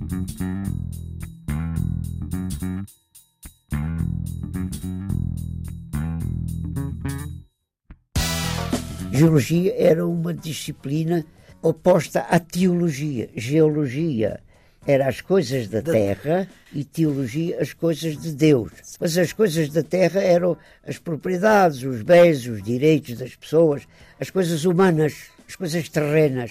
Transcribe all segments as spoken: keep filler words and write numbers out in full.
Geologia era uma disciplina oposta à teologia. Geologia era as coisas da terra e teologia as coisas de Deus. Mas as coisas da terra eram as propriedades, os bens, os direitos das pessoas, as coisas humanas, as coisas terrenas.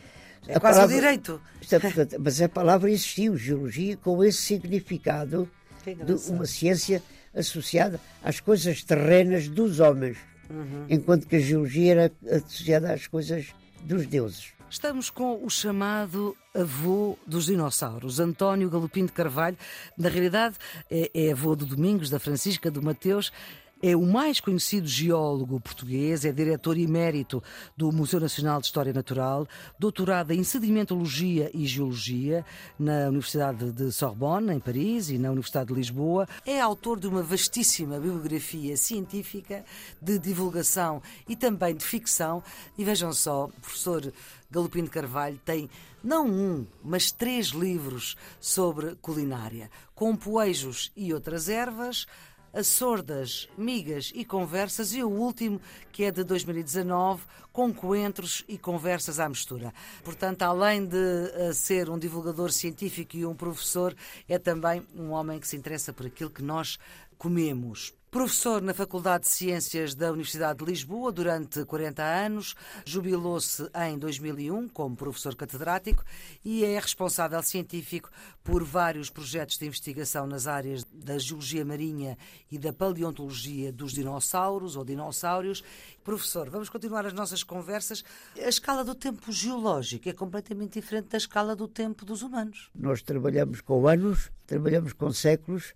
É quase o direito. Mas a palavra existiu, geologia, com esse significado de uma ciência associada às coisas terrenas dos homens. Uhum. Enquanto que a geologia era associada às coisas dos deuses. Estamos com o chamado avô dos dinossauros, António Galopim de Carvalho. Na realidade, é, é avô do Domingos, da Francisca, do Mateus. É o mais conhecido geólogo português, é diretor emérito do Museu Nacional de História Natural, doutorado em sedimentologia e geologia na Universidade de Sorbonne, em Paris, e na Universidade de Lisboa. É autor de uma vastíssima bibliografia científica, de divulgação e também de ficção. E vejam só, o professor Galopim de Carvalho tem não um, mas três livros sobre culinária, com poejos e outras ervas, As Sordas, Migas e Conversas, e o último, que é de dois mil e dezanove, com coentros e conversas à mistura. Portanto, além de uh, ser um divulgador científico e um professor, é também um homem que se interessa por aquilo que nós comemos. Professor na Faculdade de Ciências da Universidade de Lisboa durante quarenta anos, jubilou-se em dois mil e um como professor catedrático e é responsável científico por vários projetos de investigação nas áreas da geologia marinha e da paleontologia dos dinossauros ou dinossauros. Professor, vamos continuar as nossas conversas. A escala do tempo geológico é completamente diferente da escala do tempo dos humanos. Nós trabalhamos com anos, trabalhamos com séculos.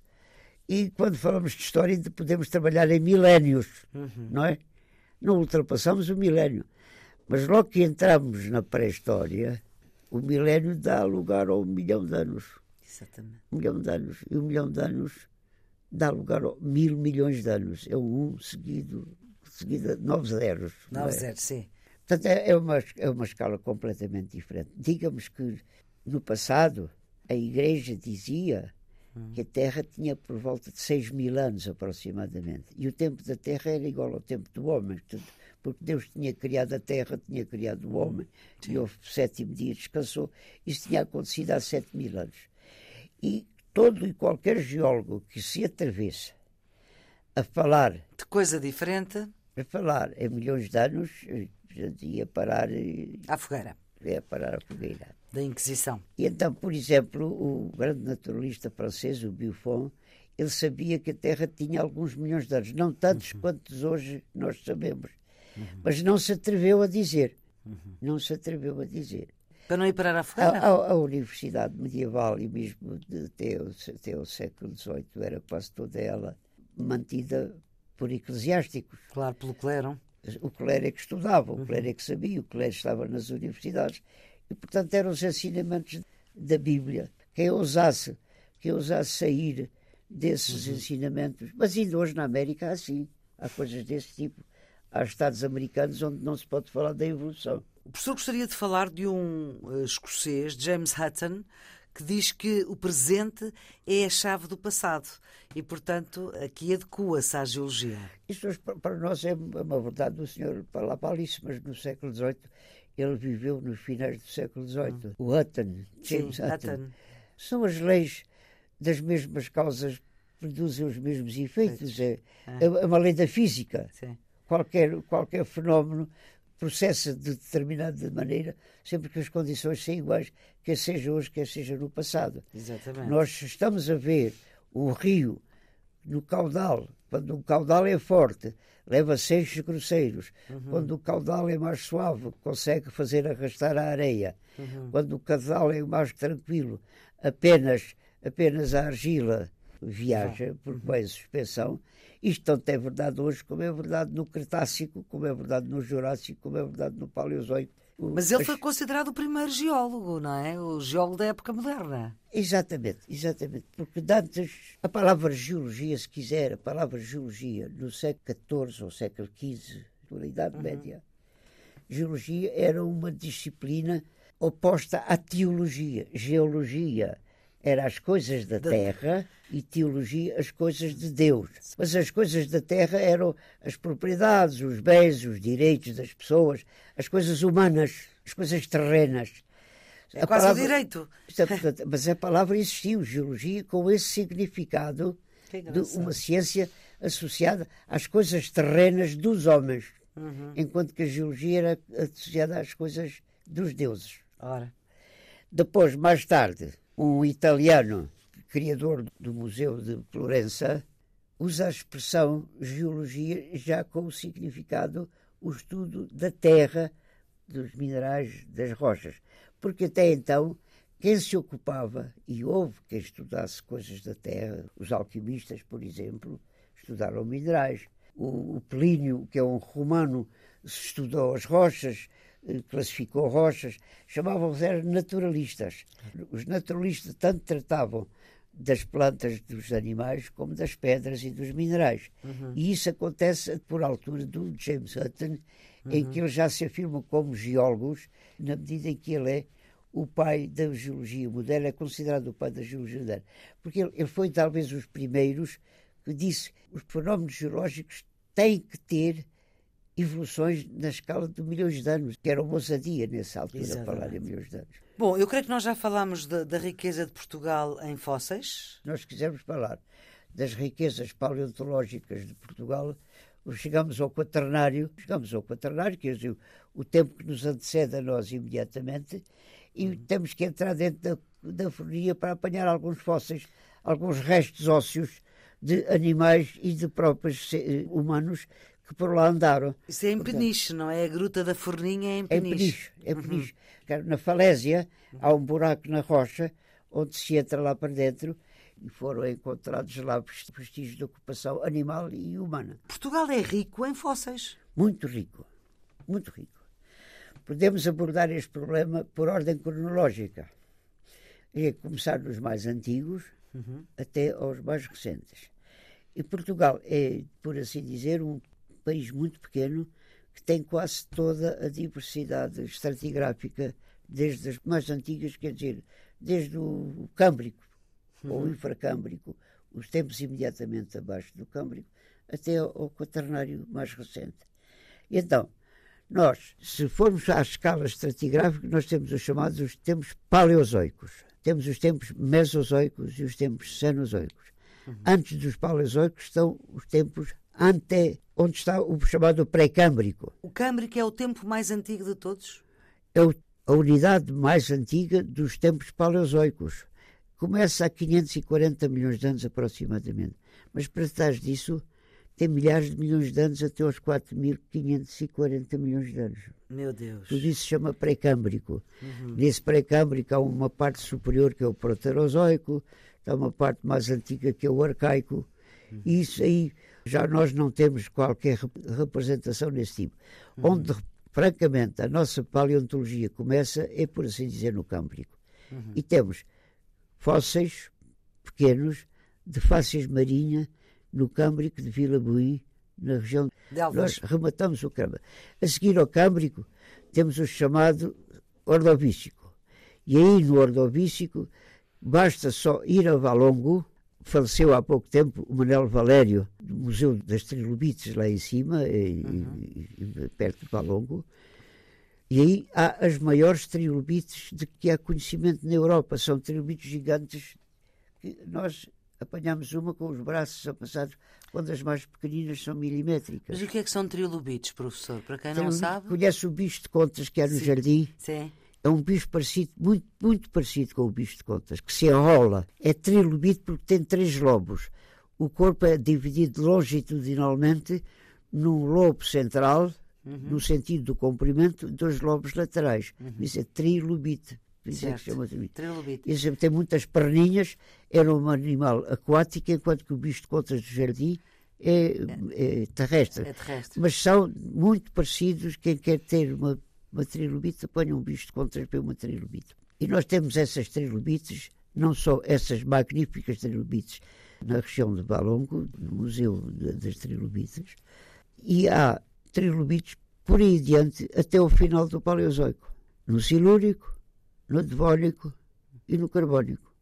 E quando falamos de história podemos trabalhar em milénios, uhum. não é? Não ultrapassamos o milénio. Mas logo que entramos na pré-história, o milénio dá lugar a um milhão de anos. Exatamente. Um milhão de anos. E um milhão de anos dá lugar a mil milhões de anos. É um seguido, seguido de nove zeros. Nove zeros, sim. Portanto, é uma, é uma escala completamente diferente. Digamos que no passado a Igreja dizia que a Terra tinha por volta de seis mil anos aproximadamente. E o tempo da Terra era igual ao tempo do homem. Porque Deus tinha criado a Terra, tinha criado o homem, Sim. e ao sétimo dia descansou. Isso tinha acontecido há sete mil anos. E todo e qualquer geólogo que se atrevesse a falar... de coisa diferente... A falar em milhões de anos, ia parar... À fogueira. Ia parar a fogueira. Da Inquisição. E então, por exemplo, o grande naturalista francês, o Buffon, ele sabia que a Terra tinha alguns milhões de anos, não tantos uhum. quantos hoje nós sabemos, uhum. mas não se atreveu a dizer. Uhum. Não se atreveu a dizer. Para não ir parar à fogueira? A, a, a Universidade Medieval e mesmo de, até, o, até o século dezoito era quase toda ela mantida por eclesiásticos. Claro, pelo clero. O clero é que estudava, o clero é que sabia, o clero estava nas universidades. E, portanto, eram os ensinamentos da Bíblia. Quem ousasse, quem ousasse sair desses uhum. ensinamentos. Mas ainda hoje na América há assim. Há coisas desse tipo. Há Estados americanos onde não se pode falar da evolução. O professor gostaria de falar de um uh, escocês, James Hutton, que diz que o presente é a chave do passado. E, portanto, aqui adequa-se à geologia. Isto para nós é uma verdade. O senhor falava isso, mas no século dezoito... ele viveu nos finais do século dezoito. Hum. O Hutton, James Sim, Hutton. Hutton. São as leis das mesmas causas, produzem os mesmos efeitos. É, ah. é uma lei da física. Sim. Qualquer, qualquer fenómeno processa de determinada maneira, sempre que as condições são iguais, quer seja hoje, quer seja no passado. Exatamente. Nós estamos a ver o rio no caudal. Quando o caudal é forte, leva seixos grosseiros. Uhum. Quando o caudal é mais suave, consegue fazer arrastar a areia. Uhum. Quando o caudal é mais tranquilo, apenas, apenas a argila viaja, porque vai em suspensão. Isto tanto é verdade hoje, como é verdade no Cretácico, como é verdade no Jurássico, como é verdade no Paleozoico. Mas ele foi considerado o primeiro geólogo, não é? O geólogo da época moderna. Exatamente, exatamente. Porque antes, a palavra geologia, se quiser, a palavra geologia, no século catorze ou século quinze, na Idade uhum. Média, geologia era uma disciplina oposta à teologia. Geologia Era as coisas da terra e teologia as coisas de Deus. Mas as coisas da terra eram as propriedades, os bens, os direitos das pessoas, as coisas humanas, as coisas terrenas. É quase palavra, o direito. Mas a palavra existiu, geologia, com esse significado de uma ciência associada às coisas terrenas dos homens, uhum. enquanto que a geologia era associada às coisas dos deuses. Ora. Depois, mais tarde, um italiano, criador do Museu de Florença, usa a expressão geologia já com o significado, o estudo da terra, dos minerais, das rochas. Porque até então, quem se ocupava, e houve quem estudasse coisas da terra, os alquimistas, por exemplo, estudaram minerais. O, o Plínio, que é um romano, estudou as rochas, classificou rochas, chamavam-se naturalistas. Os naturalistas tanto tratavam das plantas, dos animais, como das pedras e dos minerais. Uhum. E isso acontece por altura do James Hutton, uhum. em que eles já se afirmam como geólogos, na medida em que ele é o pai da geologia moderna, é considerado o pai da geologia moderna. Porque ele, ele foi talvez os primeiros que disse que os fenómenos geológicos têm que ter evoluções na escala de milhões de anos, que era uma ousadia nessa altura. Exatamente. Falar em milhões de anos. Bom, eu creio que nós já falámos da, da riqueza de Portugal em fósseis. Se nós quisermos falar das riquezas paleontológicas de Portugal, chegamos ao quaternário, chegamos ao quaternário, que é o, o tempo que nos antecede a nós imediatamente, e uhum. temos que entrar dentro da, da fornia para apanhar alguns fósseis, alguns restos ósseos de animais e de próprios humanos que por lá andaram. Isso é em Portanto, Peniche, não é? A Gruta da Forninha é em Peniche. É em Peniche. É Peniche. Uhum. Na falésia há um buraco na rocha onde se entra lá para dentro e foram encontrados lá vestígios de ocupação animal e humana. Portugal é rico em fósseis. Muito rico. Muito rico. Podemos abordar este problema por ordem cronológica. É começar nos mais antigos uhum. até aos mais recentes. E Portugal é, por assim dizer, um país muito pequeno que tem quase toda a diversidade estratigráfica, desde as mais antigas, quer dizer, desde o Câmbrico, uhum. ou o Infracâmbrico, os tempos imediatamente abaixo do Câmbrico, até ao Quaternário mais recente. E então, nós, se formos à escala estratigráfica, nós temos os chamados os tempos paleozoicos. Temos os tempos mesozoicos e os tempos cenozoicos. Uhum. Antes dos paleozoicos estão os tempos ante, onde está o chamado pré-câmbrico. O Câmbrico é o tempo mais antigo de todos? É o, a unidade mais antiga dos tempos paleozoicos. Começa há quinhentos e quarenta milhões de anos aproximadamente. Mas para trás disso tem milhares de milhões de anos até aos quatro mil quinhentos e quarenta milhões de anos. Meu Deus. Tudo isso se chama pré-câmbrico. Uhum. Nesse pré-câmbrico há uma parte superior que é o proterozoico, há uma parte mais antiga que é o arcaico, uhum. e isso aí já nós não temos qualquer representação nesse tipo. Uhum. Onde, francamente, a nossa paleontologia começa é, por assim dizer, no Câmbrico. Uhum. E temos fósseis pequenos de fácies marinha no Câmbrico de Vila Buí, na região de Alves. Nós rematamos o Câmbrico. A seguir ao Câmbrico temos o chamado Ordovícico. E aí no Ordovícico basta só ir a Valongo. Faleceu há pouco tempo o Manuel Valério, do Museu das Trilobites, lá em cima, e, uhum. e, e, perto de Valongo. E aí há as maiores trilobites de que há conhecimento na Europa. São trilobites gigantes que nós apanhamos uma com os braços passados, quando as mais pequeninas são milimétricas. Mas o que é que são trilobites, professor? Para quem não sabe... Conhece o bicho de contas que há no Sim. jardim? Sim. É um bicho parecido, muito, muito parecido com o bicho de contas, que se enrola. É trilobite porque tem três lobos. O corpo é dividido longitudinalmente num lobo central, uhum. no sentido do comprimento, e dois lobos laterais. Uhum. Isso é trilobite. Isso é que se chama trilobite. Isso tem muitas perninhas, era um animal aquático, enquanto que o bicho de contas do jardim é, é, é, terrestre. é terrestre. Mas são muito parecidos. Quem quer ter uma uma trilobite, apanha um bicho de contas para uma trilobite. E nós temos essas trilobites, não só essas magníficas trilobites na região de Valongo, no Museu de, das Trilobites, e há trilobites por aí adiante até o final do Paleozoico, no Silúrico, no Devónico e no Carbónico.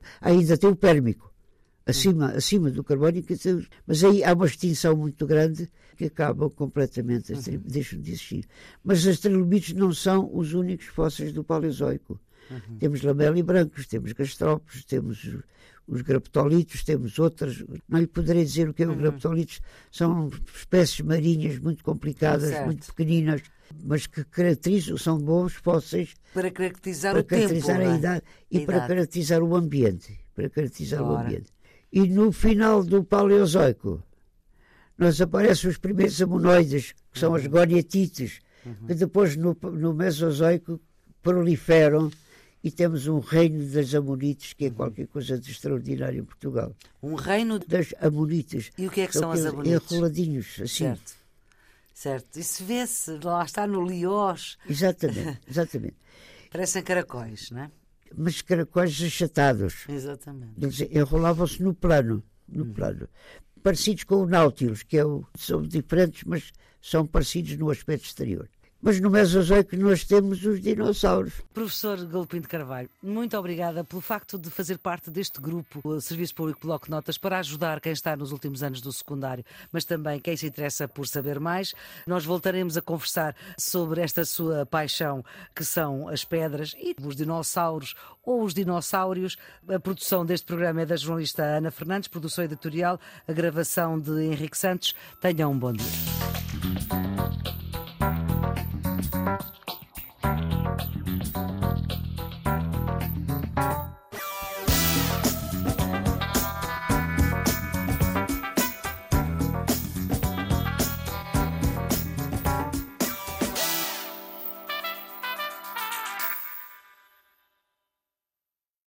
ainda tem o pérmico, acima, uhum. acima do carbónico, mas aí há uma extinção muito grande que acabam completamente, uhum. deixam de existir. Mas as trilobites não são os únicos fósseis do Paleozoico. Uhum. Temos lamelibrancos, temos gastrópodes, temos os graptolitos, temos outras. Não lhe poderei dizer o que é os uhum. graptolitos. São espécies marinhas muito complicadas, certo. muito pequeninas, mas que caracterizam, são bons fósseis para caracterizar para o caracterizar tempo, a idade e a para idade. caracterizar o ambiente, para caracterizar Ora. o ambiente. E no final do Paleozoico nos aparecem os primeiros amonoides, que são uhum. as goniatites, uhum. que depois no, no Mesozoico proliferam. E temos um reino das amonites, que é qualquer coisa de extraordinário em Portugal. Um reino das amonites. E o que é que são, são as amonites? Enroladinhos, assim. Certo. Certo. Isso vê-se, lá está no Liós. Exatamente, exatamente. Parecem caracóis, não é? Mas caracóis achatados. Exatamente. Eles enrolavam-se no plano, no hum. plano. Parecidos com o Nautilus, que é o, são diferentes, mas são parecidos no aspecto exterior. Mas no Mesozoico nós temos os dinossauros. Professor Galopim de Carvalho, muito obrigada pelo facto de fazer parte deste grupo, o Serviço Público Bloco de Notas, para ajudar quem está nos últimos anos do secundário, mas também quem se interessa por saber mais. Nós voltaremos a conversar sobre esta sua paixão, que são as pedras e os dinossauros ou os dinossauros. A produção deste programa é da jornalista Ana Fernandes, produção editorial, a gravação de Henrique Santos. Tenham um bom dia. Thank you.